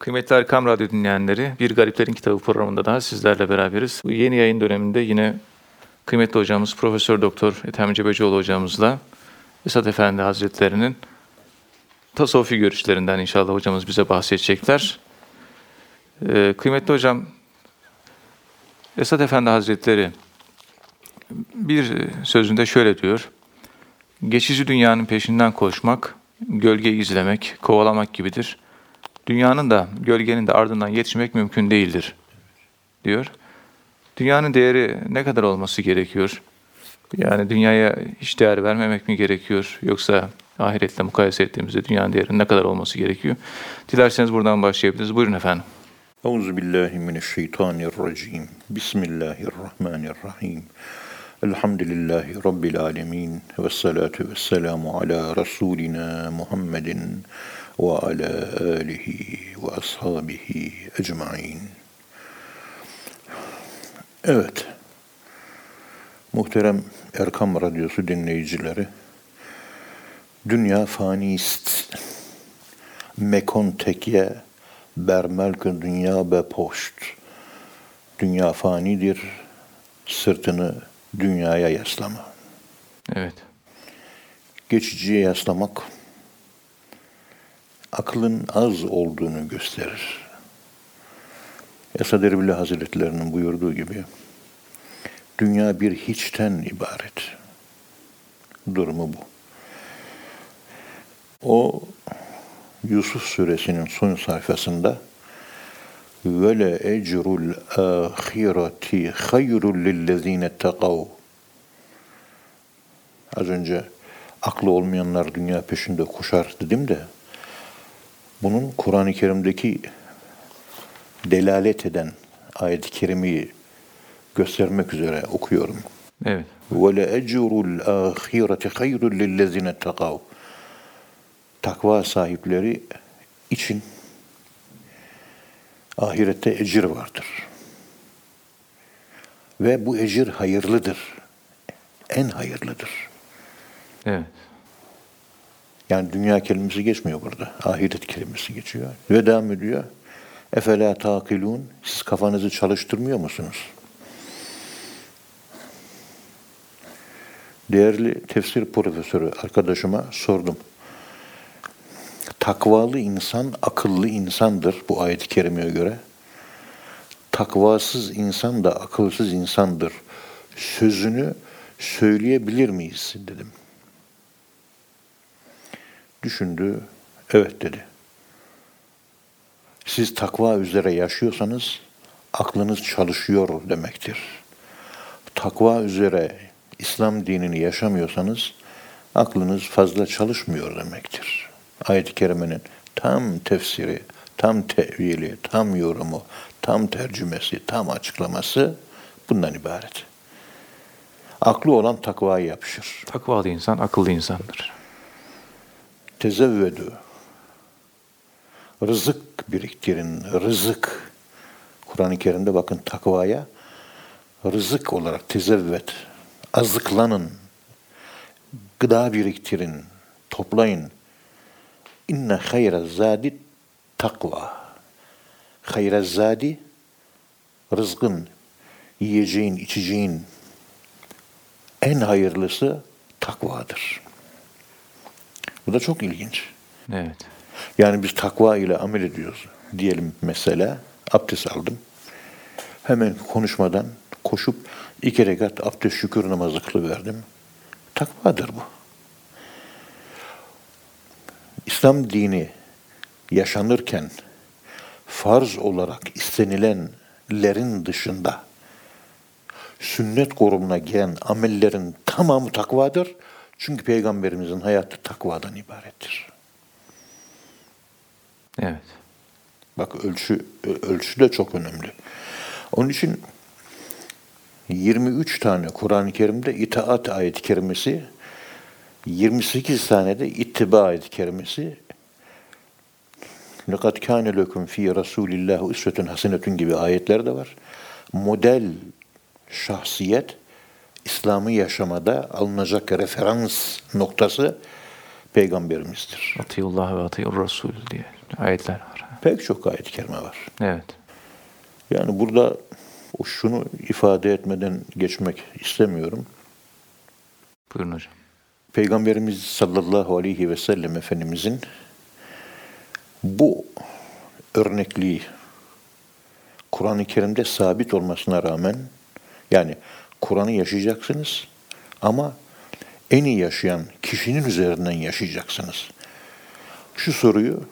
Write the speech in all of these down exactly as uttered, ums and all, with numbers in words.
Kıymetli Erkam Radyo dinleyenleri, Bir Gariplerin Kitabı programında daha sizlerle beraberiz. Bu yeni yayın döneminde yine kıymetli hocamız Profesör Doktor Ethem Cebecioğlu hocamızla Esad Efendi Hazretleri'nin tasavvufi görüşlerinden inşallah hocamız bize bahsedecekler. Ee, kıymetli hocam, Esad Efendi Hazretleri bir sözünde şöyle diyor: geçici dünyanın peşinden koşmak, gölgeyi izlemek, kovalamak gibidir. Dünyanın da, gölgenin de ardından yetişmek mümkün değildir, diyor. Dünyanın değeri ne kadar olması gerekiyor? Yani dünyaya hiç değer vermemek mi gerekiyor? Yoksa ahiretle mukayese ettiğimizde dünyanın değerinin ne kadar olması gerekiyor? Dilerseniz buradan başlayabiliriz. Buyurun efendim. Euzubillahimineşşeytanirracim. Bismillahirrahmanirrahim. Elhamdülillahi Rabbil alemin. Vessalatu vesselamu ala Resulina Muhammedin ve ala alihi ve ashabihi ecmain. Evet, muhterem Erkam Radyosu dinleyicileri, dünya fanist, mekon tekye, bermelkı dünya be poşt. Dünya fanidir, sırtını dünyaya yaslama. Evet. Geçiciye yaslamak, aklın az olduğunu gösterir. Esad Erbil Hazretlerinin buyurduğu gibi, dünya bir hiçten ibaret. Durumu bu. O, Yusuf Suresinin son sayfasında وَلَا اَجْرُ الْآخِرَةِ خَيْرٌ لِلَّذ۪ينَ اتَّقَوْا. Az önce aklı olmayanlar dünya peşinde koşar dedim de, bunun Kur'an-ı Kerim'deki delalet eden ayet-i kerimeyi göstermek üzere okuyorum. Evet. وَلَا اَجْرُ الْآخِرَةِ خَيْرٌ لِلَّذ۪ينَ اتَّقَوْا. Takva sahipleri için ahirette ecir vardır. Ve bu ecir hayırlıdır. En hayırlıdır. Evet. Yani dünya kelimesi geçmiyor burada. Ahiret kelimesi geçiyor. Ve devam ediyor. Efela takilun. Siz kafanızı çalıştırmıyor musunuz? Değerli tefsir profesörü arkadaşıma sordum. Takvalı insan akıllı insandır bu ayet-i kerimeye göre. Takvasız insan da akılsız insandır. Sözünü söyleyebilir miyiz dedim. Düşündü, evet dedi. Siz takva üzere yaşıyorsanız aklınız çalışıyor demektir. Takva üzere İslam dinini yaşamıyorsanız aklınız fazla çalışmıyor demektir. Ayet-i kerimenin tam tefsiri, tam tevili, tam yorumu, tam tercümesi, tam açıklaması bundan ibaret. Aklı olan takvaya yapışır. Takvalı insan akıllı insandır. Tezevvedü. Rızık biriktirin, rızık. Kur'an-ı Kerim'de bakın takvaya rızık olarak tezevved. Azıklanın, gıda biriktirin, toplayın. İnne hayra zadi takva. Hayra zadi, rızkın, yiyeceğin, içeceğin en hayırlısı takvadır. Bu da çok ilginç. Evet. Yani biz takva ile amel ediyoruz. Diyelim mesela, abdest aldım. Hemen konuşmadan koşup iki rekat abdest şükür namazı kılıverdim. Takvadır bu. İslam dini yaşanırken farz olarak istenilenlerin dışında sünnet grubuna giren amellerin tamamı takvadır. Çünkü Peygamberimizin hayatı takvadan ibarettir. Evet. Bak ölçü ölçü de çok önemli. Onun için yirmi üç tane Kur'an-ı Kerim'de itaat ayet-i kerimesi, yirmi sekiz tane de ittiba ayet-i kerimesi, لَقَدْ كَانَ لَكُمْ ف۪ي رَسُولِ اللّٰهُ اُسْوَةٌ حَسَنَةٌ gibi ayetler de var. Model şahsiyet, İslam'ı yaşamada alınacak referans noktası Peygamberimizdir. Atiyullah ve atiyur Resul diye. Ayetler var. Pek çok ayet-i kerime var. Evet. Yani burada o şunu ifade etmeden geçmek istemiyorum. Buyurun hocam. Peygamberimiz sallallahu aleyhi ve sellem Efendimizin bu örnekliği Kur'an-ı Kerim'de sabit olmasına rağmen, yani Kur'an'ı yaşayacaksınız ama en iyi yaşayan kişinin üzerinden yaşayacaksınız. Şu soruyu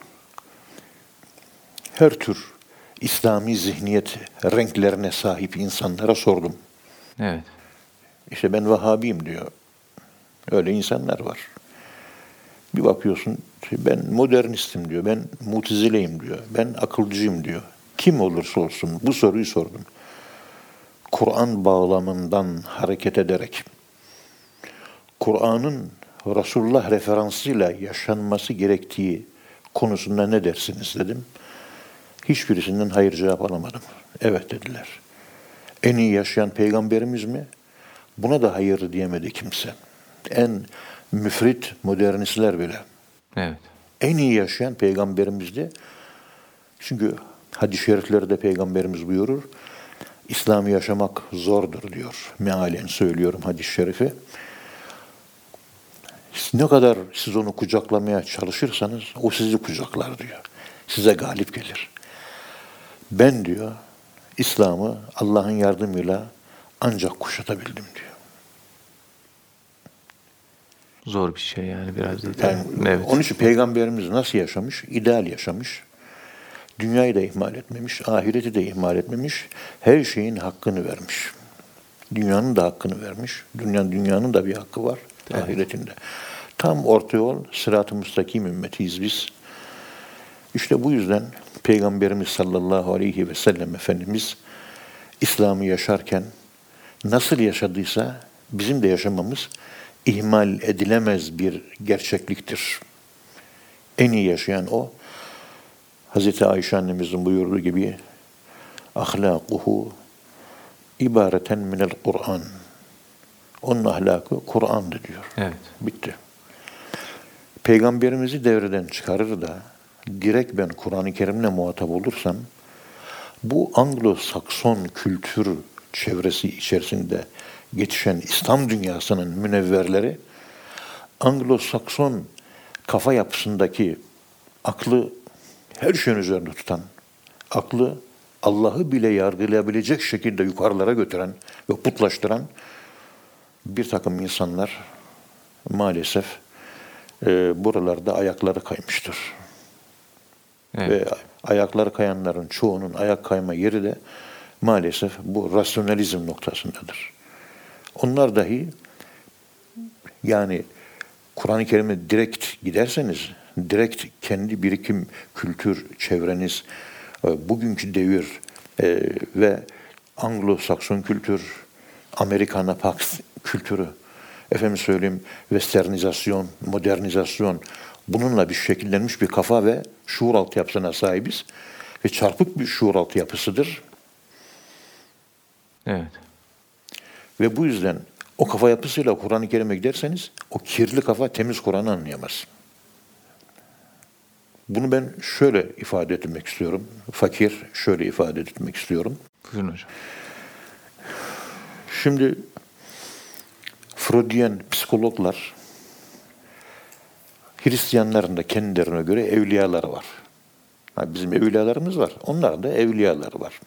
her tür İslami zihniyet renklerine sahip insanlara sordum. Evet. İşte ben Vahhabiyim diyor. Öyle insanlar var. Bir bakıyorsun ben modernistim diyor. Ben Mutezileyim diyor. Ben akılcıyım diyor. Kim olursa olsun bu soruyu sordum. Kur'an bağlamından hareket ederek Kur'an'ın Resulullah referansıyla yaşanması gerektiği konusunda ne dersiniz dedim. Hiçbirisinden hayır cevap alamadım. Evet dediler. En iyi yaşayan peygamberimiz mi? Buna da hayır diyemedi kimse. En müfrit modernistler bile. Evet. En iyi yaşayan peygamberimizdi. Çünkü hadis-i şeriflerde peygamberimiz buyurur. İslam'ı yaşamak zordur diyor. Mealen söylüyorum hadis-i şerifi. Ne kadar siz onu kucaklamaya çalışırsanız o sizi kucaklar diyor. Size galip gelir. Ben diyor İslam'ı Allah'ın yardımıyla ancak kuşatabildim diyor. Zor bir şey yani biraz değil. Yani Evet. onun için peygamberimiz nasıl yaşamış? İdeal yaşamış. Dünyayı da ihmal etmemiş, ahireti de ihmal etmemiş. Her şeyin hakkını vermiş. Dünyanın da hakkını vermiş. Dünyanın dünyanın da bir hakkı var, Evet. ahiretinde. Tam orta yol, sırat-ı müstakim ümmetiyiz biz. İşte bu yüzden Peygamberimiz sallallahu aleyhi ve sellem Efendimiz İslam'ı yaşarken nasıl yaşadıysa bizim de yaşamamız ihmal edilemez bir gerçekliktir. En iyi yaşayan o. Hazreti Ayşe annemizin buyurduğu gibi ahlakuhu ibareten minel Kur'an. Onun ahlakı Kur'an'dı diyor. Evet. Bitti. Peygamberimizi devreden çıkarır da direkt ben Kur'an-ı Kerim'le muhatap olursam bu Anglo-Sakson kültür çevresi içerisinde geçişen İslam dünyasının münevverleri Anglo-Sakson kafa yapısındaki aklı her şeyin üzerinde tutan, aklı Allah'ı bile yargılayabilecek şekilde yukarılara götüren ve putlaştıran bir takım insanlar maalesef e, buralarda ayakları kaymıştır. Evet. Ve ayakları kayanların çoğunun ayak kayma yeri de maalesef bu rasyonalizm noktasındadır. Onlar dahi yani Kur'an-ı Kerim'e direkt giderseniz, direkt kendi birikim, kültür, çevreniz, bugünkü devir e, ve Anglo-Sakson kültür, Amerikana Pax kültürü, efendim söyleyeyim, westernizasyon, modernizasyon, bununla bir şekillenmiş bir kafa ve şuur altyapısına sahibiz. Ve çarpık bir şuur altyapısıdır. Evet. Ve bu yüzden o kafa yapısıyla Kur'an-ı Kerim'e giderseniz o kirli kafa temiz Kur'an'ı anlayamaz. Bunu ben şöyle ifade etmek istiyorum. Fakir şöyle ifade etmek istiyorum. Buyurun hocam. Şimdi Freudian psikologlar Hristiyanların da kendilerine göre evliyaları var. Ha, bizim evliyalarımız var. Onların da evliyaları var.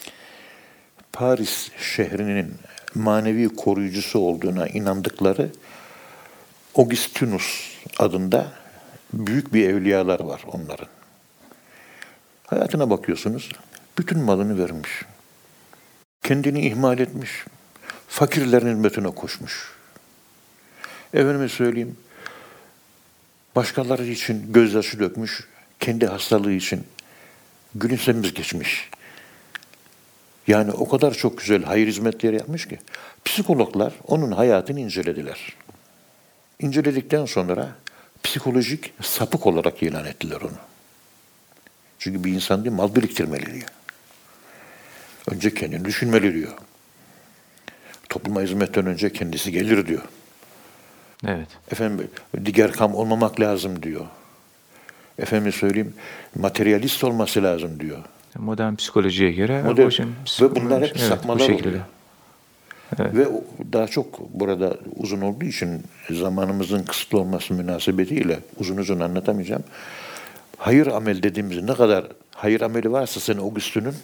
Paris şehrinin manevi koruyucusu olduğuna inandıkları Augustinus adında büyük bir evliyalar var onların. Hayatına bakıyorsunuz, bütün malını vermiş. Kendini ihmal etmiş. Fakirlerin hizmetine koşmuş. Efendime söyleyeyim, başkaları için gözyaşı dökmüş, kendi hastalığı için gülümsemez geçmiş. Yani o kadar çok güzel hayır hizmetleri yapmış ki, psikologlar onun hayatını incelediler. İnceledikten sonra psikolojik sapık olarak ilan ettiler onu. Çünkü bir insan değil, mal biriktirmeli diyor. Önce kendini düşünmeli diyor. Topluma hizmetten önce kendisi gelir diyor. Evet. Efendim, diğer kam olmamak lazım diyor. efendim söyleyeyim, materyalist olması lazım diyor. Modern psikolojiye göre Modern- hocam, ve bunlar hep evet, bu sapmalar şekilde. oluyor. Evet. Ve o- daha çok burada uzun olduğu için zamanımızın kısıtlı olması münasebetiyle uzun uzun anlatamayacağım. Hayır amel dediğimiz ne kadar hayır ameli varsa Saint Augustine'ün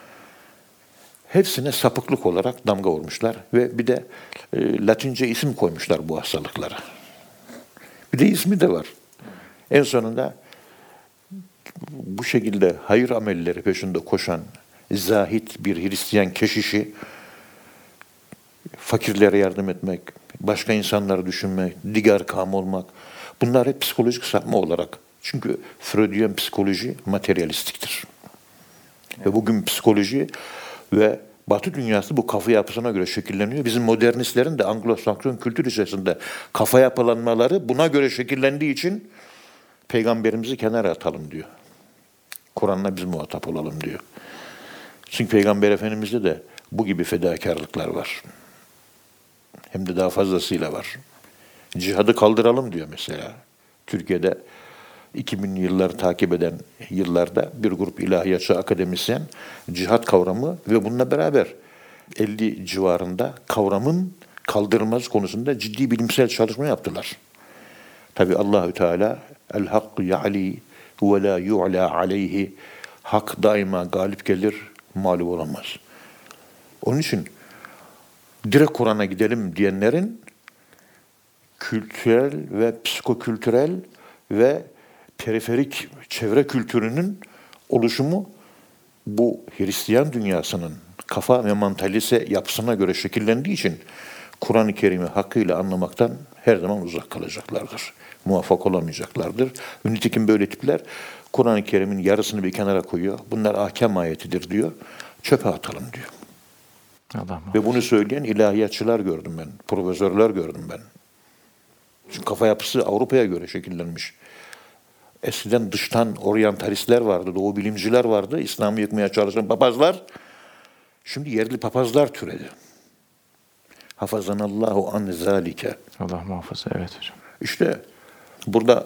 hepsine sapıklık olarak damga vurmuşlar ve bir de e, Latince isim koymuşlar bu hastalıklara. Bir de ismi de var. En sonunda bu şekilde hayır amelleri peşinde koşan zahit bir Hristiyan keşişi, fakirlere yardım etmek, başka insanları düşünmek, diğer kam olmak, bunlar hep psikolojik sapma olarak. Çünkü Freudian psikoloji materyalistiktir. Ve bugün psikoloji ve Batı dünyası bu kafa yapısına göre şekilleniyor. Bizim modernistlerin de Anglo-Sakson kültür içerisinde kafa yapılanmaları buna göre şekillendiği için peygamberimizi kenara atalım diyor. Kur'an'la biz muhatap olalım diyor. Çünkü Peygamber Efendimiz'de de bu gibi fedakarlıklar var. Hem de daha fazlasıyla var. Cihadı kaldıralım diyor mesela. Türkiye'de iki binli yılları takip eden yıllarda bir grup ilahiyatçı akademisyen cihat kavramı ve bununla beraber elli civarında kavramın kaldırılması konusunda ciddi bilimsel çalışma yaptılar. Tabi Allahü Teala el hak ya'li ve la yu'la aleyhi, hak daima galip gelir, mağlup olamaz. Onun için direkt Kur'an'a gidelim diyenlerin kültürel ve psikokültürel ve periferik çevre kültürünün oluşumu bu Hristiyan dünyasının kafa ve mantalite yapısına göre şekillendiği için Kur'an-ı Kerim'i hakkıyla anlamaktan her zaman uzak kalacaklardır. Muvaffak olamayacaklardır. Nitekim böyle tipler Kur'an-ı Kerim'in yarısını bir kenara koyuyor. Bunlar ahkam ayetidir diyor. Çöpe atalım diyor. Allah Ve bunu söyleyen ilahiyatçılar gördüm ben. Profesörler gördüm ben. Çünkü kafa yapısı Avrupa'ya göre şekillenmiş. Eskiden dıştan oryantalistler vardı, doğu bilimciler vardı, İslam'ı yıkmaya çalışan papazlar. Şimdi yerli papazlar türedi. Hafazanallahu an zalike. Allah muhafaza, evet hocam. İşte burada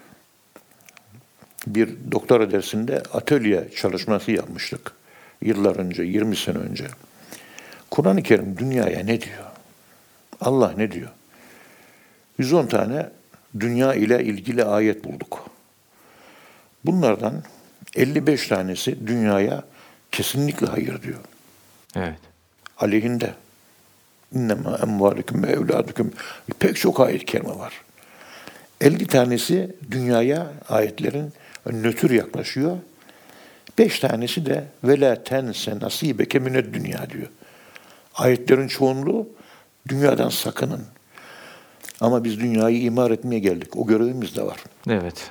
bir doktora dersinde atölye çalışması yapmıştık. Yıllar önce, yirmi sene önce. Kur'an-ı Kerim dünyaya ne diyor? Allah ne diyor? yüz on tane dünya ile ilgili ayet bulduk. Bunlardan elli beş tanesi dünyaya kesinlikle hayır diyor. Evet. Aleyhinde. İnnemâ emvâlüküm ve evlâdüküm. Pek çok ayet-i kerime var. elli tanesi dünyaya ayetlerin nötr yaklaşıyor. beş tanesi de velâ tense nasîbeke mined dünya diyor. Ayetlerin çoğunluğu dünyadan sakının. Ama biz dünyayı imar etmeye geldik. O görevimiz de var. Evet.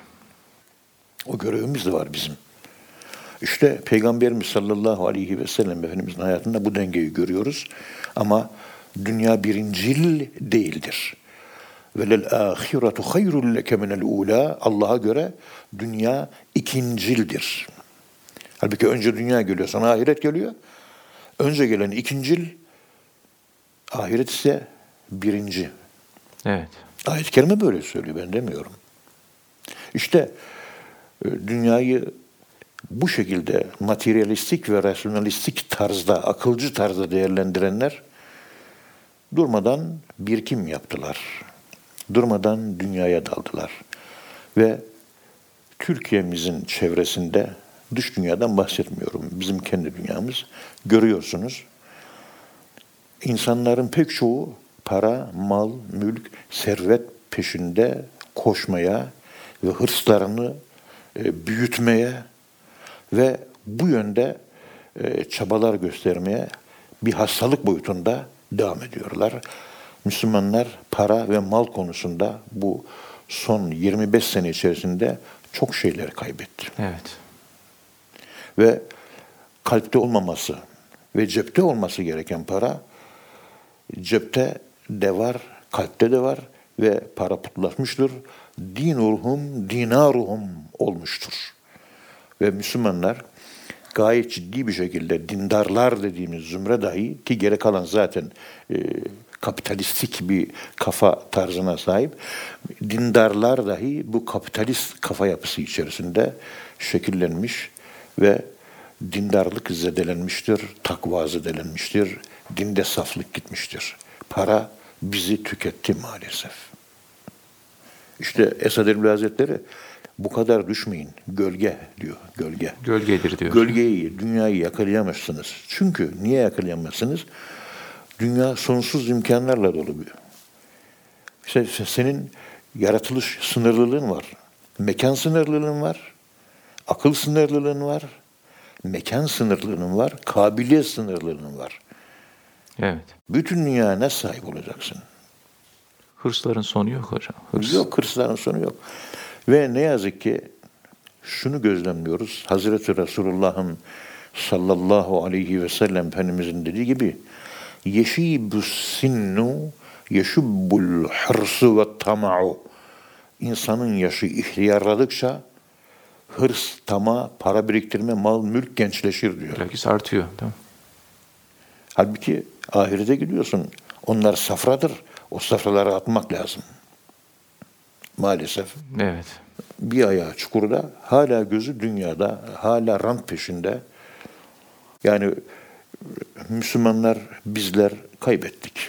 O görevimiz de var bizim. İşte Peygamberimiz sallallahu aleyhi ve sellem Efendimizin hayatında bu dengeyi görüyoruz. Ama dünya birincil değildir. Velel âhiretu hayrun leke minel ûlâ. Allah'a göre dünya ikincildir. Halbuki önce dünya geliyor, sonra ahiret geliyor. Önce gelen ikincil, ahiret ise birinci. Evet. Ayet-i Kerime böyle söylüyor, ben demiyorum. İşte e, dünyayı bu şekilde materyalistik ve rasyonalistik tarzda, akılcı tarzda değerlendirenler durmadan birikim yaptılar. Durmadan dünyaya daldılar. Ve Türkiye'mizin çevresinde, dış dünyadan bahsetmiyorum, bizim kendi dünyamız, görüyorsunuz. İnsanların pek çoğu para, mal, mülk, servet peşinde koşmaya ve hırslarını e, büyütmeye ve bu yönde e, çabalar göstermeye bir hastalık boyutunda devam ediyorlar. Müslümanlar para ve mal konusunda bu son yirmi beş sene içerisinde çok şeyler kaybetti. Evet. Ve kalpte olmaması ve cepte olması gereken para cepte de var, kalpte de var ve para putlaşmıştır. Dinuruhum dinaruhum olmuştur. Ve Müslümanlar gayet ciddi bir şekilde dindarlar dediğimiz zümre dahi, ki geri kalan zaten e, kapitalistik bir kafa tarzına sahip. Dindarlar dahi bu kapitalist kafa yapısı içerisinde şekillenmiş ve dindarlık zedelenmiştir, takva zedelenmiştir, dinde saflık gitmiştir. Para bizi tüketti maalesef. İşte Esad Erbil Hazretleri bu kadar düşmeyin, gölge diyor, gölge. Gölgedir diyor. Gölgeyi, dünyayı yakalayamazsınız. Çünkü niye yakalayamazsınız? Dünya sonsuz imkanlarla dolu bir. İşte senin yaratılış sınırlılığın var. Mekan sınırlılığın var. Akıl sınırlılığın var. Mekan sınırlılığın var. Kabiliyet sınırlılığın var. Evet. Bütün dünyaya nasıl sahip olacaksın? Hırsların sonu yok hocam. Hırs. Yok, hırsların sonu yok. Ve ne yazık ki şunu gözlemliyoruz. Hazreti Resulullah'ın sallallahu aleyhi ve sellem Efendimizin dediği gibi yeşibus sinnu yeşubbul hırsu ve tama'u. İnsanın yaşı ihtiyarladıkça hırs, tama, para biriktirme, mal, mülk gençleşir diyor. Bilakis artıyor. Değil mi? Halbuki ahirete gidiyorsun. Onlar safradır. O safraları atmak lazım. Maalesef. Evet. Bir ayağı çukurda, hala gözü dünyada, hala rant peşinde. Yani Müslümanlar, bizler kaybettik.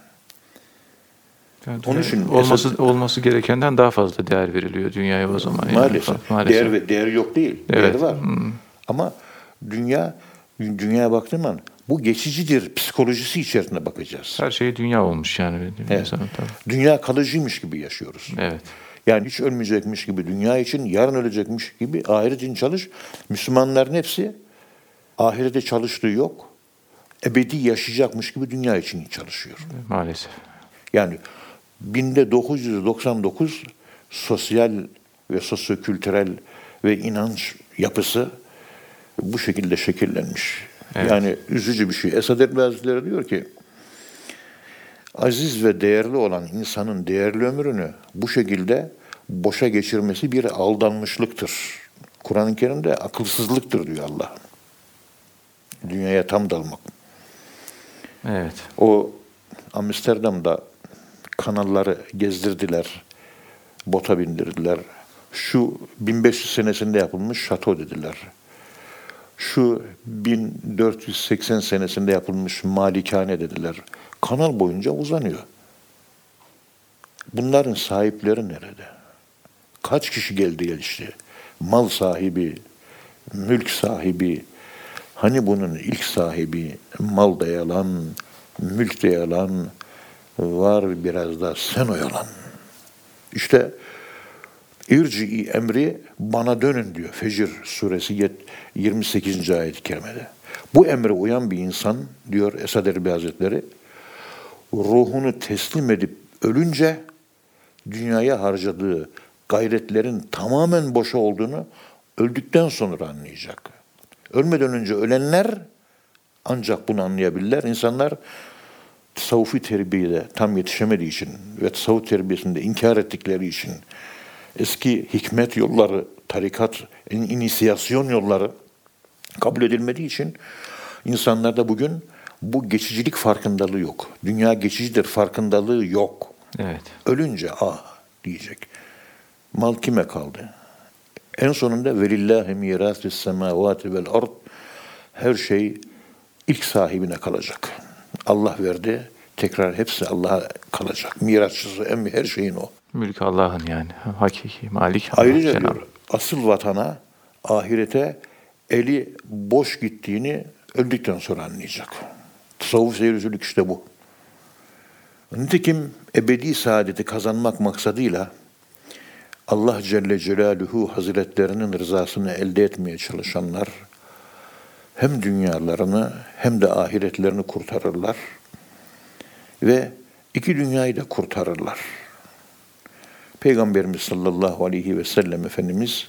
Yani Onun için olması esas- olması gerekenden daha fazla değer veriliyor dünyaya o zaman. Yani. Maalesef. Maalesef. Değer, ve- değer yok değil. Evet. Değer var. Hmm. Ama dünya, dünyaya baktığım zaman bu geçicidir psikolojisi içerisinde bakacağız. Her şey dünya olmuş yani. Evet. İnsanın, tabii. Dünya kalıcıymış gibi yaşıyoruz. Evet. Yani hiç ölmeyecekmiş gibi dünya için, yarın ölecekmiş gibi ahiret için çalış. Müslümanların hepsi ahirete çalıştığı yok. Ebedi yaşayacakmış gibi dünya için çalışıyor. Maalesef. Yani bin dokuz yüz doksan dokuz sosyal ve sosyokültürel ve inanç yapısı bu şekilde şekillenmiş. Evet. Yani üzücü bir şey. Esad Erbil Hazretleri diyor ki, aziz ve değerli olan insanın değerli ömrünü bu şekilde boşa geçirmesi bir aldanmışlıktır. Kur'an-ı Kerim'de akılsızlıktır diyor Allah. Dünyaya tam dalmak. Evet. O Amsterdam'da kanalları gezdirdiler, bota bindirdiler. Şu bin beş yüz senesinde yapılmış şato dediler. Şu bin dört yüz seksen senesinde yapılmış malikane dediler. Kanal boyunca uzanıyor. Bunların sahipleri nerede? Kaç kişi geldi gelişti? Mal sahibi, mülk sahibi, hani bunun ilk sahibi, mal da yalan, mülk de yalan, var biraz da sen oyalan. İşte İrci'i emri bana dönün diyor Fecr suresi yirmi sekizinci ayet-i kerimede. Bu emre uyan bir insan diyor Esad Erbil Hazretleri, ruhunu teslim edip ölünce dünyaya harcadığı gayretlerin tamamen boşa olduğunu öldükten sonra anlayacak. Ölmeden önce ölenler ancak bunu anlayabilirler. İnsanlar tasavvufi terbiyede tam yetişemediği için ve tasavvuf terbiyesinde inkar ettikleri için eski hikmet yolları, tarikat, inisiyasyon yolları kabul edilmediği için insanlarda bugün bu geçicilik farkındalığı yok. Dünya geçicidir farkındalığı yok. Evet. Ölünce ah diyecek. Mal kime kaldı? En sonunda velillahi mirâsü's semâvâti vel ard, her şey ilk sahibine kalacak. Allah verdi, tekrar hepsi Allah'a kalacak. Mirasçısı, emmi her şeyin o. Mülk Allah'ın yani. Hakiki Malik Allah. Ayrıca Cenab-ı diyor, asıl vatana, ahirete eli boş gittiğini öldükten sonra anlayacak. Tasavvuf seyircilik işte bu. Nitekim ebedi saadeti kazanmak maksadıyla Allah Celle Celaluhu Hazretlerinin rızasını elde etmeye çalışanlar hem dünyalarını hem de ahiretlerini kurtarırlar ve iki dünyayı da kurtarırlar. Peygamberimiz sallallahu aleyhi ve sellem Efendimiz,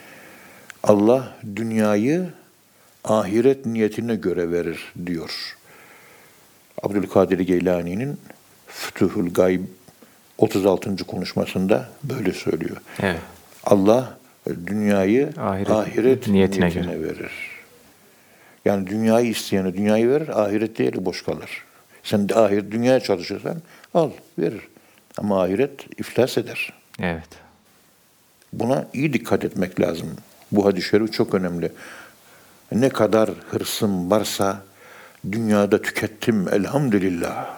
Allah dünyayı ahiret niyetine göre verir diyor. Abdülkadir Geylani'nin Fütuhul Gayb otuz altıncı konuşmasında böyle söylüyor. Evet. Allah dünyayı Ahiret ahiret, niyetine niyetine, verir. Yani dünyayı isteyene dünyayı verir, ahiret değeri boş kalır. Sen de ahir dünyaya çalışırsan al, verir. Ama ahiret iflas eder. Evet. Buna iyi dikkat etmek lazım. Bu hadis-i şerif çok önemli. Ne kadar hırsım varsa dünyada tükettim elhamdülillah.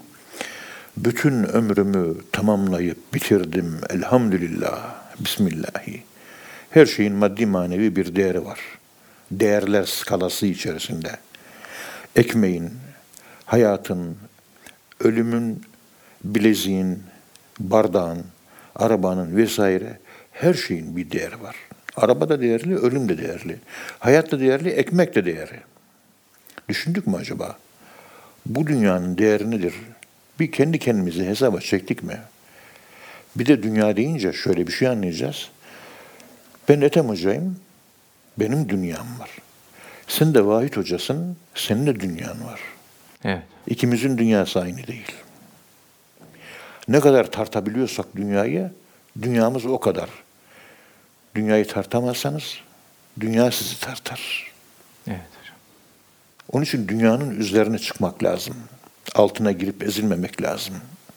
Bütün ömrümü tamamlayıp bitirdim elhamdülillah. Bismillahi. Her şeyin maddi manevi bir değeri var. Değerler skalası içerisinde. Ekmeğin, hayatın, ölümün, bileziğin, bardağın, arabanın vesaire her şeyin bir değeri var. Araba da değerli, ölüm de değerli. Hayat da değerli, ekmek de değerli. Düşündük mü acaba? Bu dünyanın değeri nedir? Bir kendi kendimizi hesaba çektik mi? Bir de dünya deyince şöyle bir şey anlayacağız. Ben Ethem Hoca'yım, benim dünyam var. Sen de Vahit Hocasın, senin de dünyan var. Evet. İkimizin dünyası aynı değil. Ne kadar tartabiliyorsak dünyayı, dünyamız o kadar. Dünyayı tartamazsanız, dünya sizi tartar. Evet hocam. Onun için dünyanın üzerine çıkmak lazım. Altına girip ezilmemek lazım.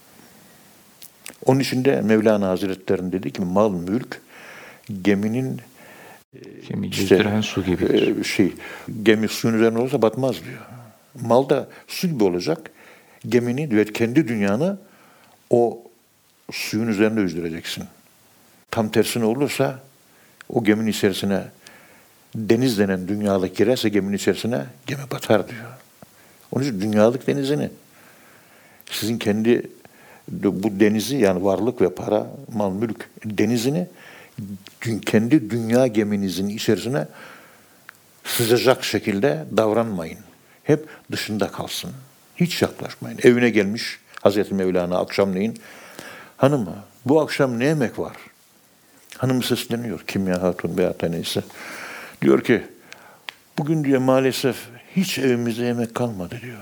Onun için de Mevlana Hazretleri'nin dedi ki mal, mülk, geminin Kimi işte, yüzdüren su gibidir. e, şey, gemi suyun üzerine olursa batmaz diyor. Mal da su gibi olacak. Gemini ve kendi dünyanı o suyun üzerinde yüzdüreceksin. Tam tersine olursa o geminin içerisine deniz denen dünyalık girerse geminin içerisine gemi batar diyor. Onun için dünyalık denizini sizin kendi bu denizi yani varlık ve para, mal, mülk denizini kendi dünya geminizin içerisine sızacak şekilde davranmayın. Hep dışında kalsın. Hiç yaklaşmayın. Evine gelmiş Hazreti Mevlana akşamleyin. Hanım bu akşam ne yemek var? Hanım sesleniyor. Kimya Hatun veyahut da neyse. Diyor ki bugün diyor maalesef hiç evimizde yemek kalmadı diyor.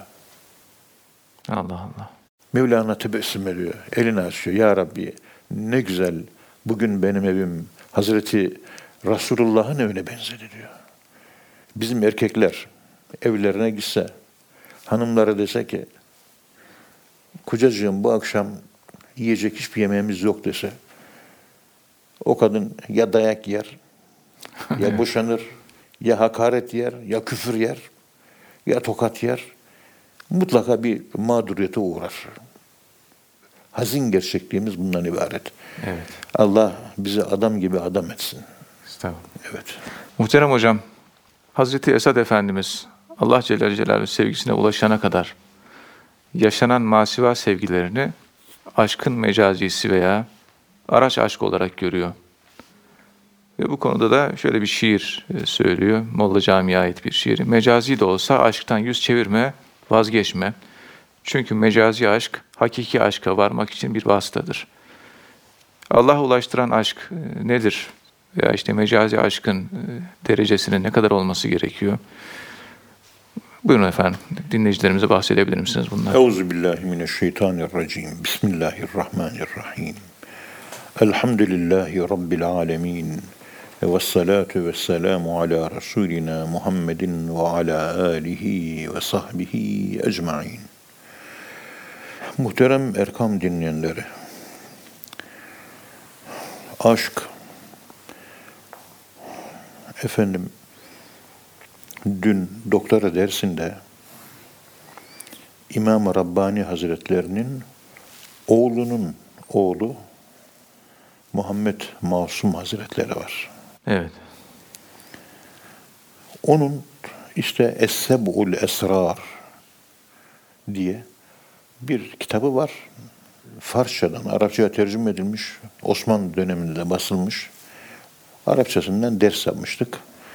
Allah Allah. Mevlana tebessüm ediyor. Elini açıyor. Ya Rabbi ne güzel bugün benim evim Hazreti Resulullah'ın evine benzedi diyor. Bizim erkekler evlerine gitse hanımları dese ki kocacığım bu akşam yiyecek hiçbir yemeğimiz yok dese o kadın ya dayak yer ya boşanır ya hakaret yer ya küfür yer ya tokat yer. Mutlaka bir mağduriyete uğrar. Hazin gerçekliğimiz bundan ibaret. Evet. Allah bizi adam gibi adam etsin. Estağfurullah. Evet. Muhterem hocam, Hazreti Esad Efendimiz Allah Celle Celaluhu sevgisine ulaşana kadar yaşanan masiva sevgilerini aşkın mecazisi veya araç aşk olarak görüyor. Ve bu konuda da şöyle bir şiir söylüyor. Molla Camii'ye ait bir şiir. Mecazi de olsa aşktan yüz çevirme, vazgeçme. Çünkü mecazi aşk, hakiki aşka varmak için bir vasıtadır. Allah'a ulaştıran aşk nedir? Veya işte mecazi aşkın derecesinin ne kadar olması gerekiyor? Buyurun efendim, dinleyicilerimize bahsedebilir misiniz bunlar? Euzubillahimineşşeytanirracim. Bismillahirrahmanirrahim. Elhamdülillahi Rabbil alemin. Vessalatu vesselamu ala Resulina Muhammedin ve ala alihi ve sahbihi ecmain. Muhterem Erkam dinleyenleri, aşk, efendim, dün doktora dersinde İmam-ı Rabbani Hazretlerinin oğlunun oğlu Muhammed Masum Hazretleri var. Evet. Onun işte Es-Seb'ul Esrar diye bir kitabı var. Farsçadan Arapçaya tercüme edilmiş. Osmanlı döneminde de basılmış. Arapçasından ders yapmıştık.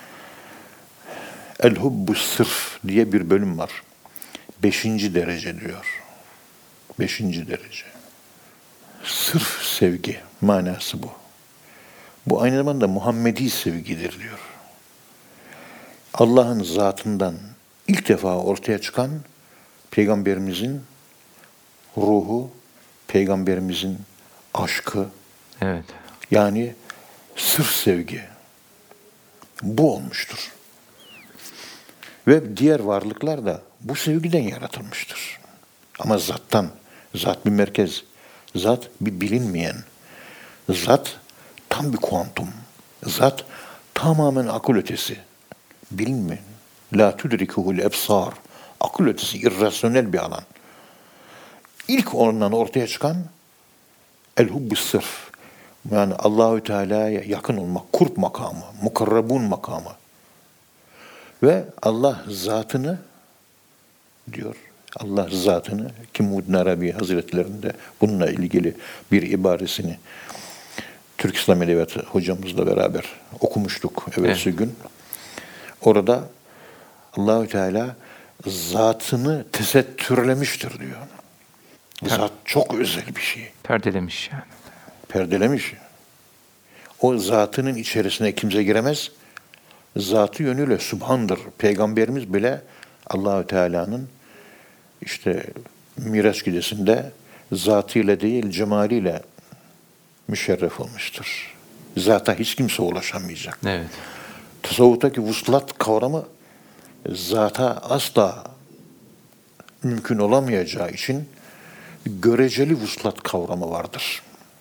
El-Hubbus Sırf diye bir bölüm var. Beşinci derece diyor. Beşinci derece. Sırf sevgi manası bu. Bu aynı zamanda Muhammedi sevgidir diyor. Allah'ın zatından ilk defa ortaya çıkan Peygamberimizin ruhu, Peygamberimizin aşkı, Evet. yani sırf sevgi. Bu olmuştur. Ve diğer varlıklar da bu sevgiden yaratılmıştır. Ama zattan, zat bir merkez, zat bir bilinmeyen, zat tam bir kuantum, zat tamamen akıl ötesi, bilinmeyen. La tudrikuhul ebsar, akıl ötesi, irrasyonel bir alan. İlk ondan ortaya çıkan el-hubb-i sırf. Yani Allahü Teala'ya yakın olmak, kurb makamı, mukarrabun makamı. Ve Allah zatını diyor. Allah zatını ki Muhyiddin Arabi Hazretlerinde bununla ilgili bir ibaresini Türk İslam Edebiyatı hocamızla beraber okumuştuk evvelsi Evet. gün. Orada Allahü Teala zatını tesettürlemiştir diyor. Zat çok özel bir şey. Perdelemiş yani. Perdelemiş. O zatının içerisine kimse giremez. Zatı yönüyle subhandır. Peygamberimiz bile Allahü Teala'nın işte Miraç gecesinde zatıyla değil cemaliyle müşerref olmuştur. Zata hiç kimse ulaşamayacak. Evet. Tasavvuftaki vuslat kavramı zata asla mümkün olamayacağı için göreceli vuslat kavramı vardır.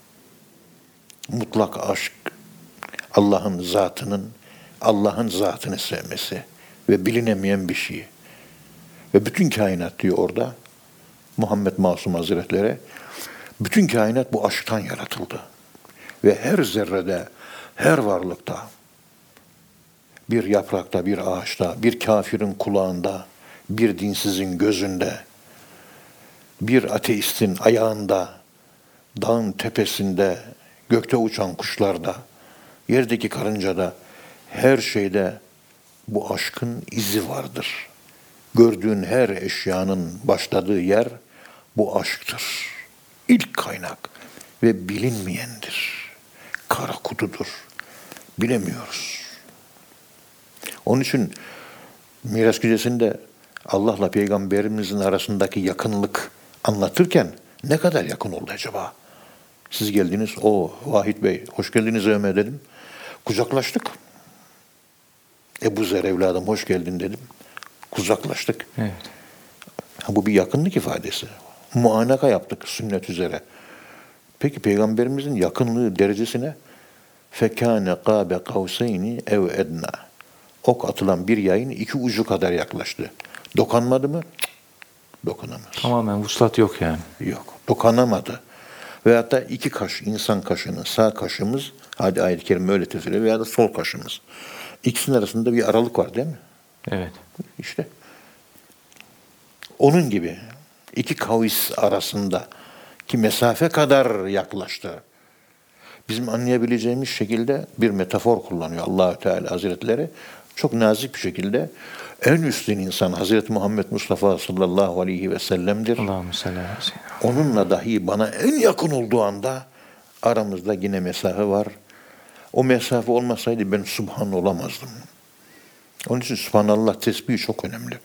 Mutlak aşk, Allah'ın zatının, Allah'ın zatını sevmesi ve bilinemeyen bir şey. Ve bütün kainat diyor orada, Muhammed Masum Hazretleri, bütün kainat bu aşktan yaratıldı. Ve her zerrede, her varlıkta, bir yaprakta, bir ağaçta, bir kafirin kulağında, bir dinsizin gözünde, bir ateistin ayağında, dağın tepesinde, gökte uçan kuşlarda, yerdeki karıncada, her şeyde bu aşkın izi vardır. Gördüğün her eşyanın başladığı yer bu aşktır. İlk kaynak ve bilinmeyendir. Kara kutudur. Bilemiyoruz. Onun için Miraç gecesinde Allah'la Peygamberimizin arasındaki yakınlık anlatırken ne kadar yakın oldu acaba? Siz geldiniz, o Vahit Bey, hoş geldiniz evime dedim. Kucaklaştık. Ebu Zer evladım hoş geldin dedim. Kucaklaştık. Evet. Ha, bu bir yakınlık ifadesi. Muanaka yaptık sünnet üzere. Peki Peygamberimizin yakınlığı derecesine fekâne qâbe kavseyni ev edna. Ok atılan bir yayın iki ucu kadar yaklaştı. Dokanmadı mı? Cık, dokunamaz. Tamamen vuslat yok yani. Yok. Dokanamadı. Veyahut da iki kaş, insan kaşının sağ kaşımız, hadi ayet-i kerime öyle tefsir ediyor, veya da sol kaşımız. İkisinin arasında bir aralık var değil mi? Evet. İşte onun gibi iki kavis arasında ki mesafe kadar yaklaştı. Bizim anlayabileceğimiz şekilde bir metafor kullanıyor Allahü Teala Hazretleri. Çok nazik bir şekilde en üstün insan Hazreti Muhammed Mustafa sallallahu aleyhi ve sellem'dir. Allahümme salli ala seyyidina. Onunla dahi bana en yakın olduğu anda aramızda yine mesafe var. O mesafe olmasaydı ben subhan olamazdım. Onun için subhanallah tesbihi çok önemli.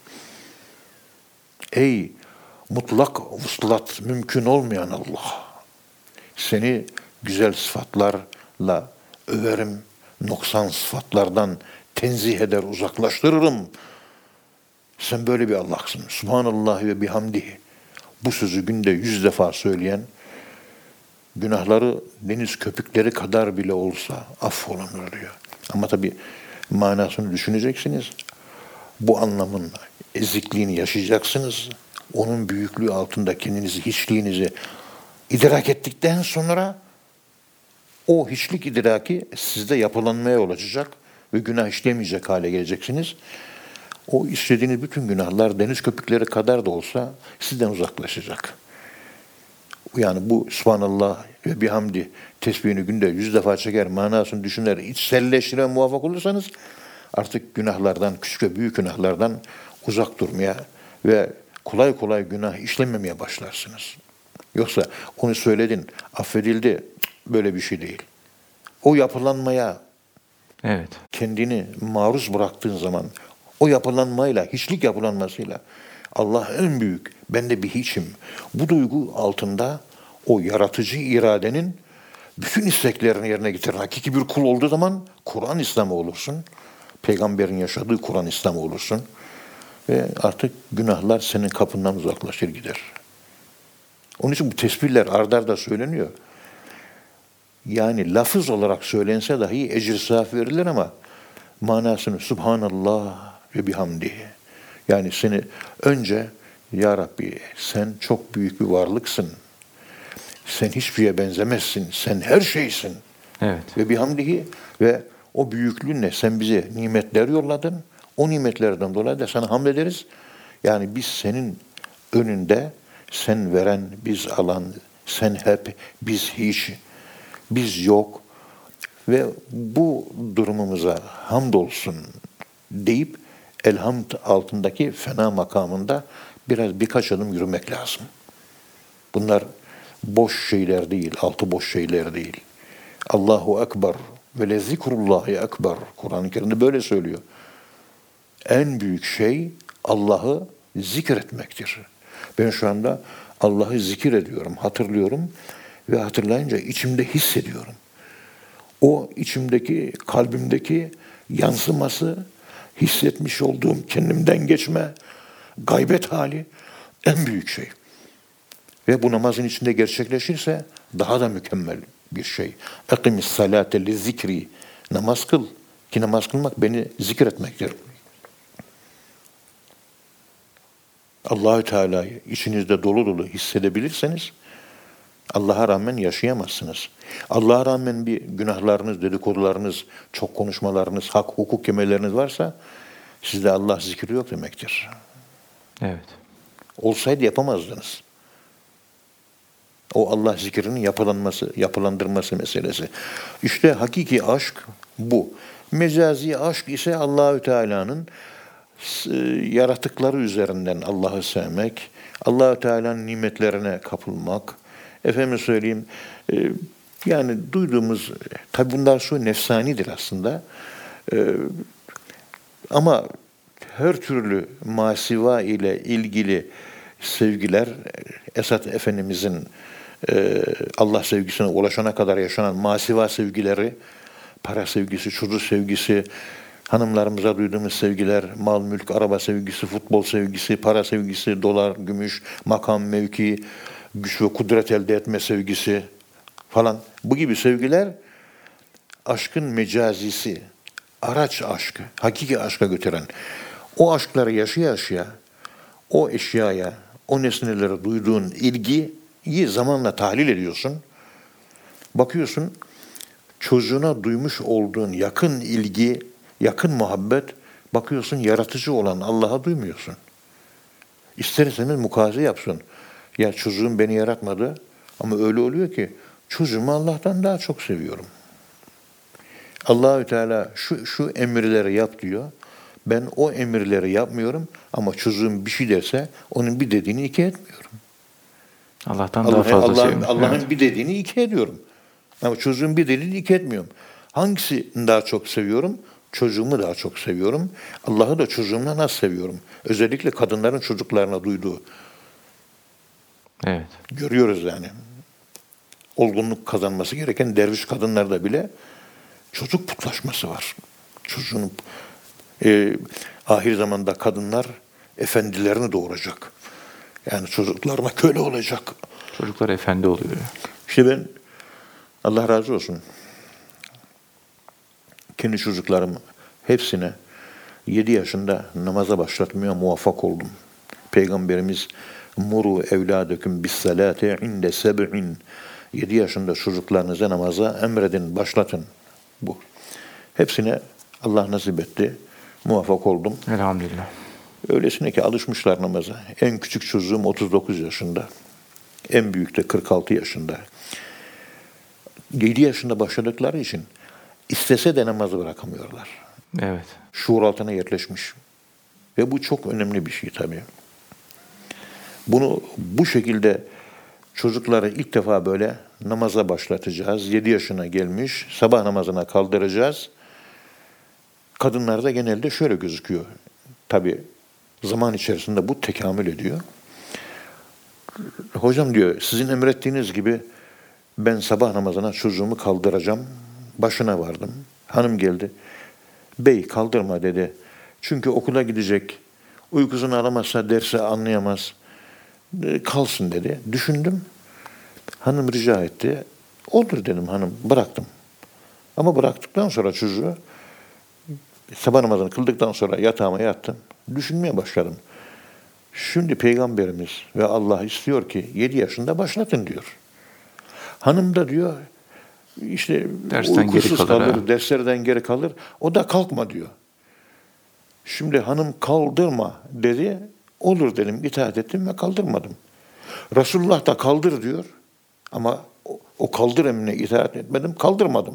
Ey mutlak vuslat mümkün olmayan Allah, seni güzel sıfatlarla överim, noksan sıfatlardan tenzih eder, uzaklaştırırım. Sen böyle bir Allah'sın. Subhanallah ve bihamdihi. Bu sözü günde yüz defa söyleyen, günahları deniz köpükleri kadar bile olsa affolunur diyor. Ama tabii manasını düşüneceksiniz. Bu anlamın ezikliğini yaşayacaksınız. Onun büyüklüğü altında kendinizi, hiçliğinizi idrak ettikten sonra o hiçlik idraki sizde yapılanmaya yol açacak ve günah işlemeyecek hale geleceksiniz. O işlediğiniz bütün günahlar deniz köpükleri kadar da olsa sizden uzaklaşacak. Yani bu Subhanallah ve bihamdi tesbihini günde yüz defa çeker, manasını düşüner, içselleştire muvaffak olursanız artık günahlardan, küçük ve büyük günahlardan uzak durmaya ve kolay kolay günah işlememeye başlarsınız. Yoksa onu söyledin, affedildi, böyle bir şey değil. O yapılanmaya Evet. kendini maruz bıraktığın zaman, o yapılanmayla, hiçlik yapılanmasıyla Allah en büyük, ben de bir hiçim. Bu duygu altında o yaratıcı iradenin bütün isteklerini yerine getiren hakiki bir kul olduğu zaman Kur'an İslam'ı olursun. Peygamberin yaşadığı Kur'an İslam'ı olursun. Ve artık günahlar senin kapından uzaklaşır gider. Onun için bu tesbihler ard arda söyleniyor. Yani lafız olarak söylense dahi ecir sahaf verilir ama manasını Subhanallah ve bihamdihi. Yani seni önce Ya Rabbi sen çok büyük bir varlıksın. Sen hiçbir şeye benzemezsin. Sen her şeysin. Evet. Ve bihamdihi ve o büyüklüğünle sen bize nimetler yolladın. O nimetlerden dolayı da sana hamd ederiz. Yani biz senin önünde sen veren, biz alan, sen hep, biz hiç, biz yok. Ve bu durumumuza hamdolsun deyip elhamd altındaki fena makamında biraz birkaç adım yürümek lazım. Bunlar boş şeyler değil, altı boş şeyler değil. Allahu Ekber ve le zikrullahi ekber. Kur'an-ı Kerim'de böyle söylüyor. En büyük şey Allah'ı zikretmektir. Ben şu anda Allah'ı zikir ediyorum, hatırlıyorum ve hatırlayınca içimde hissediyorum. O içimdeki, kalbimdeki yansıması, hissetmiş olduğum kendimden geçme, gaybet hali en büyük şey. Ve bu namazın içinde gerçekleşirse daha da mükemmel bir şey. Ekimis salate li zikri. Namaz kıl. Ki namaz kılmak beni zikretmektir. Allahü Teala'yı içinizde dolu dolu hissedebilirseniz Allah'a rağmen yaşayamazsınız. Allah'a rağmen bir günahlarınız, dedikodularınız, çok konuşmalarınız, hak, hukuk kemerleriniz varsa sizde Allah zikri yok demektir. Evet. Olsaydı yapamazdınız. O Allah zikrinin yapılanması, yapılandırması meselesi. İşte hakiki aşk bu. Mecazi aşk ise Allahü Teala'nın yaratıkları üzerinden Allah'ı sevmek, Allahü Teala'nın nimetlerine kapılmak. Efendim söyleyeyim, yani duyduğumuz, tabi bunlar şu nefsanidir aslında. Ama her türlü masiva ile ilgili sevgiler, Esat Efendimizin Allah sevgisine ulaşana kadar yaşanan masiva sevgileri, para sevgisi, çocuk sevgisi, hanımlarımıza duyduğumuz sevgiler, mal, mülk, araba sevgisi, futbol sevgisi, para sevgisi, dolar, gümüş, makam, mevki, güç ve kudret elde etme sevgisi falan. Bu gibi sevgiler aşkın mecazisi, araç aşkı, hakiki aşka götüren. O aşkları yaşaya yaşaya, o eşyaya, o nesnelere duyduğun ilgiyi zamanla tahlil ediyorsun. Bakıyorsun, çocuğuna duymuş olduğun yakın ilgi, yakın muhabbet, bakıyorsun yaratıcı olan Allah'a duymuyorsun. İster istemez mukaze yapsın. Ya çocuğum beni yaratmadı ama öyle oluyor ki çocuğumu Allah'tan daha çok seviyorum. Allahü Teala şu, şu emirleri yap diyor. Ben o emirleri yapmıyorum ama çocuğum bir şey derse onun bir dediğini iki etmiyorum. Allah'tan Allah, daha fazla Allah'ın, seviyorum. Allah'ın Evet. bir dediğini iki ediyorum. Ama çocuğun bir dediğini iki etmiyorum. Hangisini daha çok seviyorum? Çocuğumu daha çok seviyorum. Allah'ı da çocuğumla nasıl seviyorum? Özellikle kadınların çocuklarına duyduğu. Evet. Görüyoruz yani. Olgunluk kazanması gereken derviş kadınlarda bile çocuk putlaşması var. Çocuğun e, ahir zamanda kadınlar efendilerini doğuracak. Yani çocuklarına köle olacak. Çocuklar efendi oluyor. İşte ben Allah razı olsun. Kendi çocuklarım hepsine yedi yaşında namaza başlatmaya muvaffak oldum. Peygamberimiz muru evladüküm bis salate inde seb'in. yedi yaşında çocuklarınıza namaza emredin, başlatın. Bu. Hepsine Allah nasip etti. Muvaffak oldum. Elhamdülillah. Öylesine ki alışmışlar namaza. En küçük çocuğum otuz dokuz yaşında. En büyük de kırk altı yaşında. yedi yaşında başladıkları için istese de namazı bırakamıyorlar. Evet. Şuur altına yerleşmiş. Ve bu çok önemli bir şey tabii. Bunu bu şekilde çocukları ilk defa böyle namaza başlatacağız. yedi yaşına gelmiş, sabah namazına kaldıracağız. Kadınlarda genelde şöyle gözüküyor. Tabii zaman içerisinde bu tekamül ediyor. Hocam diyor, sizin emrettiğiniz gibi ben sabah namazına çocuğumu kaldıracağım. Başına vardım. Hanım geldi. Bey kaldırma dedi. Çünkü okula gidecek. Uykusunu alamazsa dersi anlayamaz. e, kalsın dedi. Düşündüm. Hanım rica etti. Olur dedim hanım. Bıraktım. Ama bıraktıktan sonra çocuğu sabah namazını kıldıktan sonra yatağıma yattım. Düşünmeye başladım. Şimdi Peygamberimiz ve Allah istiyor ki yedi yaşında başlatın diyor. Hanım da diyor işte Dersten geri uykusuz kalır, kalır, ha. derslerden geri kalır. O da kalkma diyor. Şimdi hanım kaldırma dedi. Olur dedim, itaat ettim ve kaldırmadım. Resulullah da kaldır diyor. Ama o, o kaldır emrine itaat etmedim, kaldırmadım.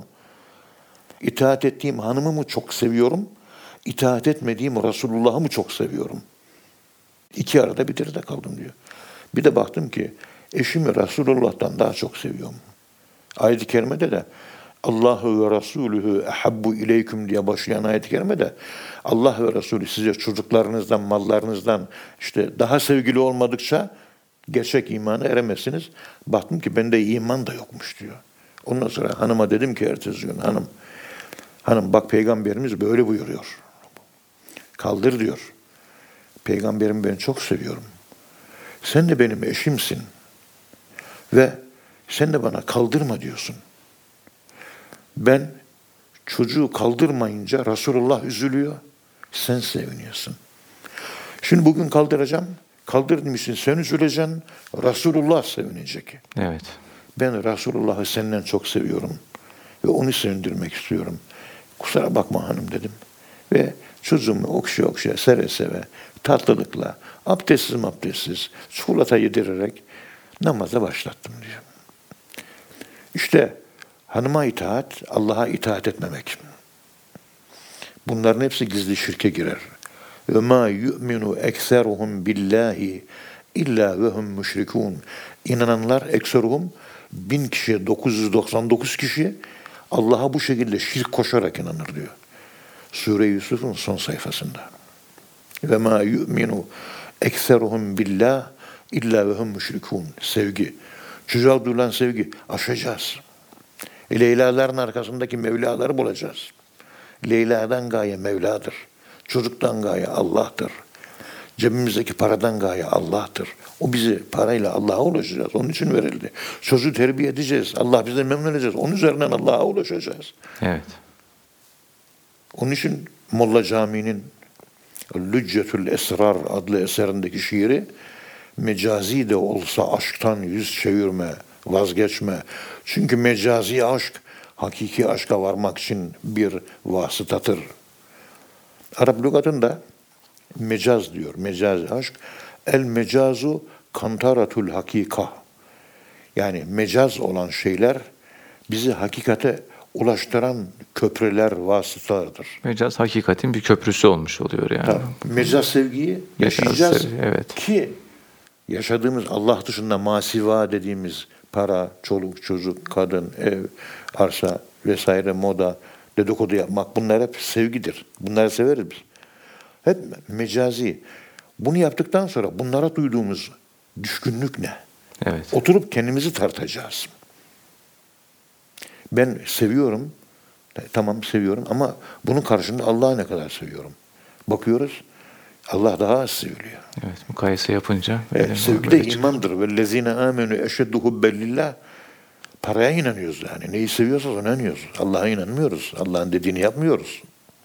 İtaat ettiğim hanımımı çok seviyorum. İtaat etmediğim Resulullah'ı mı çok seviyorum? İki arada bir derede kaldım diyor. Bir de baktım ki eşimi Resulullah'tan daha çok seviyorum. Ayet-i kerimede de Allahu ve Resulühü ehabbu ileyküm diye başlayan ayet-i kerimede Allah ve Resulü size çocuklarınızdan, mallarınızdan işte daha sevgili olmadıkça gerçek imana eremezsiniz. Baktım ki bende iman da yokmuş diyor. Ondan sonra hanıma dedim ki ertesi gün hanım, hanım bak Peygamberimiz böyle buyuruyor. Kaldır diyor. Peygamberim ben çok seviyorum. Sen de benim eşimsin. Ve sen de bana kaldırma diyorsun. Ben çocuğu kaldırmayınca Resulullah üzülüyor. Sen seviniyorsun. Şimdi bugün kaldıracağım. Kaldırdığım için sen üzüleceksin. Resulullah sevinecek. Evet. Ben Resulullah'ı senden çok seviyorum. Ve onu sevindirmek istiyorum. Kusura bakma hanım dedim. Ve çocuğumu okşaya okşaya seve seve tatlılıkla abdestsiz abdestsiz çikolata yedirerek namaza başlattım diyor. İşte hanıma itaat, Allah'a itaat etmemek. Bunların hepsi gizli şirke girer. Ve ma yu'minu ekseruhum billahi illa ve hum müşrikun. İnananlar ekseruhum bin kişi, dokuz yüz doksan dokuz kişi Allah'a bu şekilde şirk koşarak inanır diyor. Sure Yusuf'un son sayfasında. Ve ma yu'minu ekseruhum billah illa ve hum müşrikun. Sevgi. Çocuğa duyulan sevgi. Aşacağız. Leyla'ların arkasındaki Mevla'ları bulacağız. Leyla'dan gaye Mevla'dır. Çocuktan gaye Allah'tır. Cebimizdeki paradan gaye Allah'tır. O bizi parayla Allah'a ulaşacağız. Onun için verildi. Çocuğu terbiye edeceğiz. Allah bizden memnun edeceğiz. Onun üzerinden Allah'a ulaşacağız. Evet. Onun için Molla Camii'nin Lüccetül Esrar adlı eserindeki şiiri mecazi de olsa aşktan yüz çevirme, vazgeçme. Çünkü mecazi aşk hakiki aşka varmak için bir vasıtadır. Arap lügatında mecaz diyor. Mecazi aşk. El mecazu kantaratul hakika. Yani mecaz olan şeyler bizi hakikate ulaştıran köprüler, vasıtalardır. Mecaz hakikatin bir köprüsü olmuş oluyor yani. Tabii. Mecaz sevgiyi Mecaz yaşayacağız sevgi, evet. ki yaşadığımız Allah dışında masiva dediğimiz para, çoluk, çocuk, kadın, ev, arsa vesaire, moda, dedikodu yapmak bunlar hep sevgidir. Bunları severiz biz. Hep mecazi. Bunu yaptıktan sonra bunlara duyduğumuz düşkünlük ne? Evet. Oturup kendimizi tartacağız. Ben seviyorum, tamam seviyorum ama bunun karşında Allah'ı ne kadar seviyorum? Bakıyoruz, Allah daha az seviliyor. Evet. Mukayese yapınca. Evet, böyle sevgi de böyle çıkıyor. imandır. وَالَّذ۪ينَ آمَنُوا اَشَدُّ حُبَّ لِلّٰهِ. Paraya inanıyoruz yani. Neyi seviyorsak ona inanıyoruz. Allah'a inanmıyoruz. Allah'ın dediğini yapmıyoruz.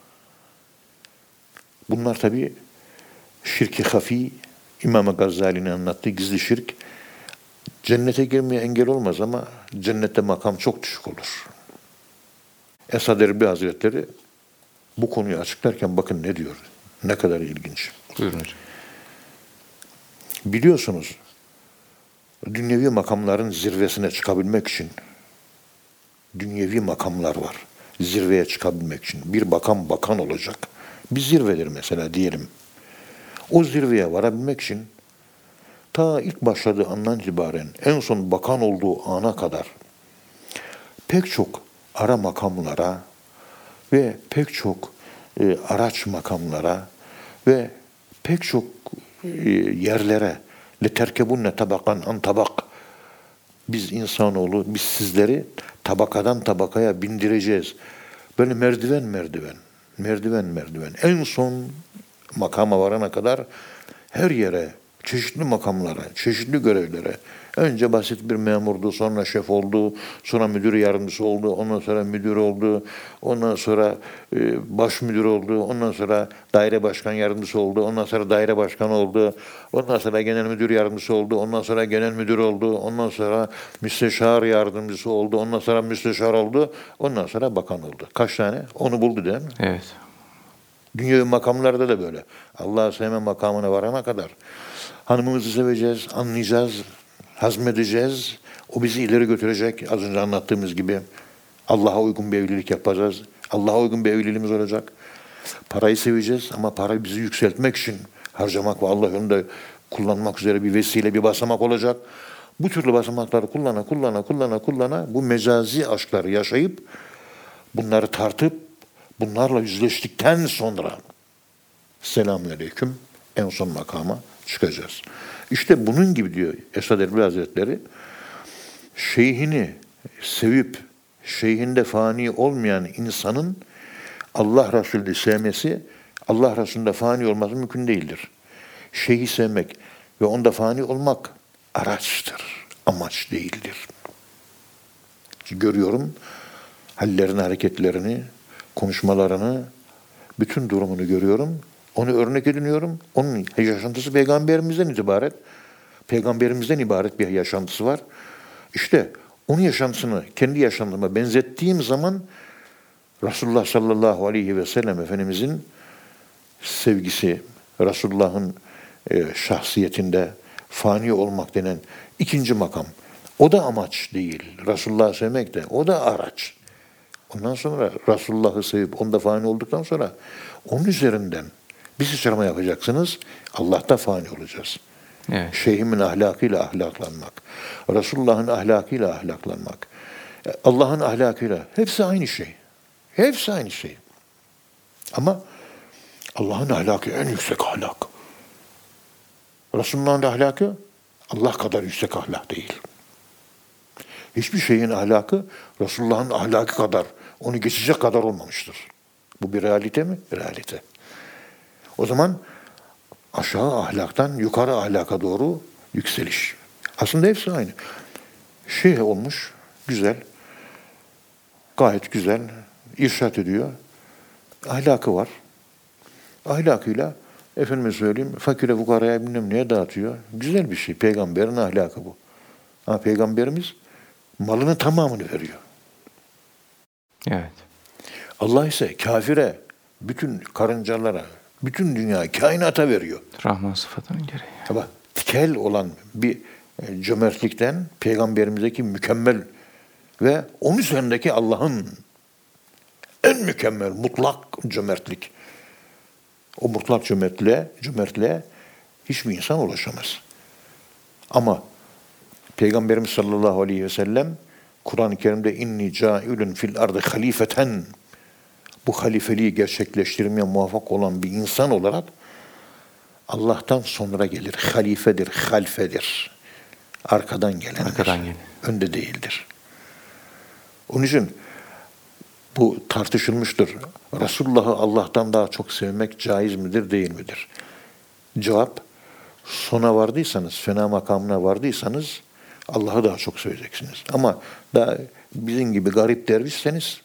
Bunlar tabii şirk-i hafi, İmam-ı Gazali'nin anlattığı gizli şirk. Cennete girmeye engel olmaz ama cennette makam çok düşük olur. Esad Erbil Hazretleri bu konuyu açıklarken bakın ne diyor. Ne kadar ilginç. Buyurun hocam. Biliyorsunuz dünyevi makamların zirvesine çıkabilmek için dünyevi makamlar var. Zirveye çıkabilmek için. Bir bakan bakan olacak. Bir zirvedir mesela diyelim. O zirveye varabilmek için ta ilk başladığı andan itibaren en son bakan olduğu ana kadar pek çok ara makamlara ve pek çok e, araç makamlara ve pek çok e, yerlere leterkebunne tabakan an tabak, biz insanoğlu, biz sizleri tabakadan tabakaya bindireceğiz. Böyle merdiven merdiven, merdiven merdiven. En son makama varana kadar her yere çeşitli makamlara, çeşitli görevlere. Önce basit bir memurdu, sonra şef oldu, sonra müdür yardımcısı oldu, ondan sonra müdür oldu, ondan sonra e, baş müdür oldu, ondan sonra daire başkan yardımcısı oldu, ondan sonra daire başkanı oldu, ondan sonra genel müdür yardımcısı oldu, ondan sonra genel müdür oldu, ondan sonra müsteşar yardımcısı oldu, ondan sonra müsteşar oldu, ondan sonra bakan oldu. Kaç tane? Onu buldu değil mi? Evet. Dünyevi makamlarda da böyle. Allah'ı sevme makamına varana kadar. Hanımımızı seveceğiz, anlayacağız, hazmedeceğiz. O bizi ileri götürecek. Az önce anlattığımız gibi Allah'a uygun bir evlilik yapacağız. Allah'a uygun bir evliliğimiz olacak. Parayı seveceğiz ama para bizi yükseltmek için harcamak ve Allah yolunda kullanmak üzere bir vesile, bir basamak olacak. Bu türlü basamakları kullana, kullana, kullana, kullana bu mecazi aşkları yaşayıp bunları tartıp bunlarla yüzleştikten sonra selamünaleyküm en son makama çıkacağız. İşte bunun gibi diyor Esad Erbil Hazretleri, şeyhini sevip şeyhinde fani olmayan insanın Allah Resulü'nü sevmesi, Allah Resulü'nde fani olması mümkün değildir. Şeyhi sevmek ve onda fani olmak araçtır, amaç değildir. Görüyorum hallerini, hareketlerini, konuşmalarını, bütün durumunu görüyorum. Onu örnek ediniyorum. Onun yaşantısı peygamberimizden ibaret. Peygamberimizden ibaret bir yaşantısı var. İşte onun yaşantısını kendi yaşantıma benzettiğim zaman Resulullah sallallahu aleyhi ve sellem Efendimizin sevgisi, Resulullah'ın e, şahsiyetinde fani olmak denen ikinci makam. O da amaç değil. Resulullah'ı sevmek de. O da araç. Ondan sonra Resulullah'ı sevip onda fani olduktan sonra onun üzerinden bir sıçrama yapacaksınız. Allah'ta fani olacağız. Evet. Şeyhimin ahlakıyla ahlaklanmak. Resulullah'ın ahlakıyla ahlaklanmak. Allah'ın ahlakıyla. Hepsi aynı şey. Hepsi aynı şey. Ama Allah'ın ahlakı en yüksek ahlak. Resulullah'ın ahlakı Allah kadar yüksek ahlak değil. Hiçbir şeyin ahlakı Resulullah'ın ahlakı kadar, onu geçecek kadar olmamıştır. Bu bir realite mi? Realite. O zaman aşağı ahlaktan yukarı ahlaka doğru yükseliş. Aslında hepsi aynı. Şeyh olmuş, güzel, gayet güzel, irşat ediyor. Ahlakı var. Ahlakıyla, efendime söyleyeyim, fakire fukaraya bilmem neye dağıtıyor. Güzel bir şey. Peygamberin ahlakı bu. Ama Peygamberimiz malının tamamını veriyor. Evet. Allah ise kafire, bütün karıncalara, bütün dünya, kainata veriyor. Rahman sıfatının gereği. Ama tikel olan bir e, cömertlikten Peygamberimizdeki mükemmel ve onun üzerindeki Allah'ın en mükemmel, mutlak cömertlik. O mutlak cömertliğe, cömertliğe hiçbir insan ulaşamaz. Ama Peygamberimiz sallallahu aleyhi ve sellem Kur'an-ı Kerim'de inni cailun fil ardı halifeten, bu halifeliği gerçekleştirmeye muvaffak olan bir insan olarak Allah'tan sonra gelir. Halifedir, halfedir. Arkadan gelendir. Arkadan gelir. Önde değildir. Onun için bu tartışılmıştır. Resulullah'ı Allah'tan daha çok sevmek caiz midir, değil midir? Cevap, sona vardıysanız, fena makamına vardıysanız Allah'ı daha çok seveceksiniz. Ama daha bizim gibi garip dervişseniz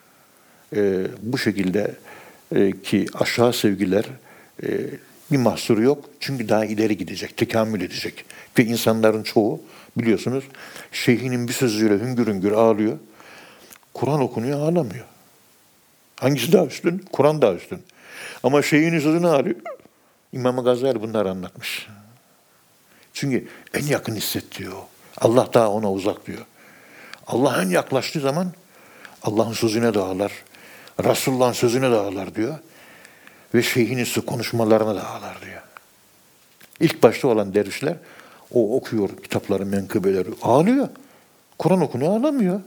e, bu şekilde e, ki aşağı sevgiler e, bir mahsuru yok. Çünkü daha ileri gidecek, tekamül edecek. Ve insanların çoğu biliyorsunuz şeyhinin bir sözüyle hüngür hüngür ağlıyor. Kur'an okunuyor, ağlamıyor. Hangisi daha üstün? Kur'an daha üstün. Ama şeyhinin sözünü ağlıyor. İmam Gazali bunları anlatmış. Çünkü en yakın hissediyor. Allah daha ona uzak diyor. Allah en yaklaştığı zaman Allah'ın sözüne de ağlar. Resulullah'ın sözüne de ağlar diyor. Ve şeyhinin konuşmalarına da ağlar diyor. İlk başta olan dervişler o okuyor kitapları, menkıbeleri, ağlıyor. Kur'an okunuyor, ağlamıyor.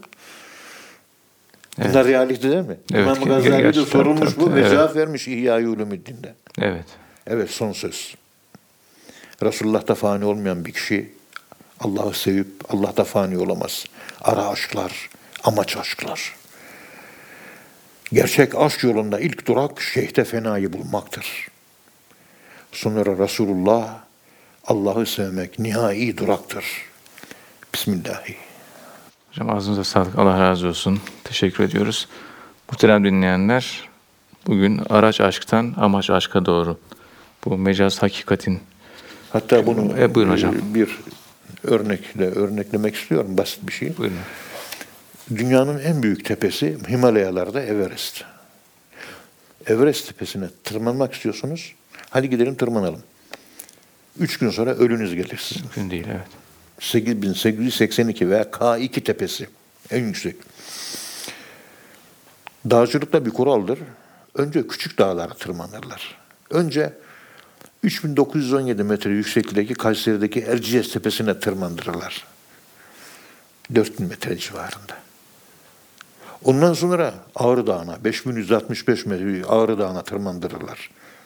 Bunlar evet. Realite değil mi? Evet, İmam Gazali'de de sorulmuş bu ve evet. cevap vermiş İhya-i Ulumuddin'de. Evet. Evet, son söz. Resulullah'ta fani olmayan bir kişi Allah'ı sevip Allah'ta fani olamaz. Ara aşklar, amaç aşklar. Gerçek aşk yolunda ilk durak şeyhte fenayı bulmaktır. Sonra Resulullah Allah'ı sevmek nihai duraktır. Bismillahirrahmanirrahim. Hocam ağzınıza sağlık. Allah razı olsun. Teşekkür ediyoruz. Muhterem dinleyenler, bugün araç aşktan amaç aşka doğru. Bu mecaz hakikatin. Hatta bunu E, buyurun hocam. bir örnekle örneklemek istiyorum, basit bir şey. Buyurun. Dünyanın en büyük tepesi Himalayalarda Everest. Everest tepesine tırmanmak istiyorsunuz. Hadi gidelim tırmanalım. Üç gün sonra ölünüz gelir sizin. Mümkün değil, evet. sekiz bin sekiz yüz seksen iki veya K iki tepesi en yüksek. Dağcılıkta bir kuraldır. Önce küçük dağlara tırmanırlar. Önce üç bin dokuz yüz on yedi metre yükseklikteki Kayseri'deki Erciyes tepesine tırmandırırlar. dört bin metre civarında. Ondan sonra Ağrı Dağı'na, beş bin yüz altmış beş metre Ağrı Dağı'na tırmandırırlar.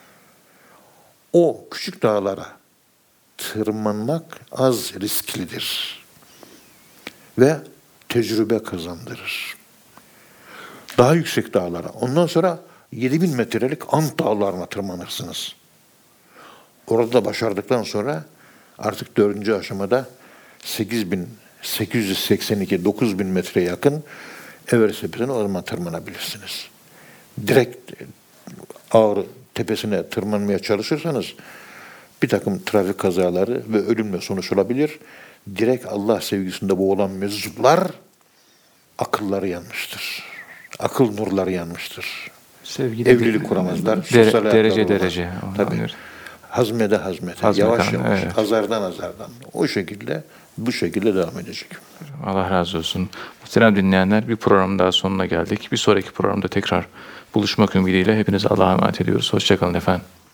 O küçük dağlara tırmanmak az risklidir ve tecrübe kazandırır. Daha yüksek dağlara, ondan sonra yedi bin metrelik Ant Dağları'na tırmanırsınız. Orada da başardıktan sonra artık dördüncü aşamada sekiz bin sekiz yüz seksen iki dokuz bin metreye yakın Everest tepesine o zaman tırmanabilirsiniz. Direkt Ağrı tepesine tırmanmaya çalışırsanız bir takım trafik kazaları ve ölümle sonuçlanabilir. Direkt Allah sevgisinde boğulan meczuplar akılları yanmıştır. Akıl nurları yanmıştır. Sevgili Evlilik kuramazlar. Dere- sosyal hayatları derece olmaz. derece. Tabii. Anlıyorum. Hazmede hazmede. Hazmeden, yavaş yavaş. evet. Azardan azardan. O şekilde bu şekilde devam edecek. Allah razı olsun. Muhterem dinleyenler, bir program daha sonuna geldik. Bir sonraki programda tekrar buluşmak ümidiyle hepinize Allah'a emanet ediyoruz. Hoşça kalın efendim.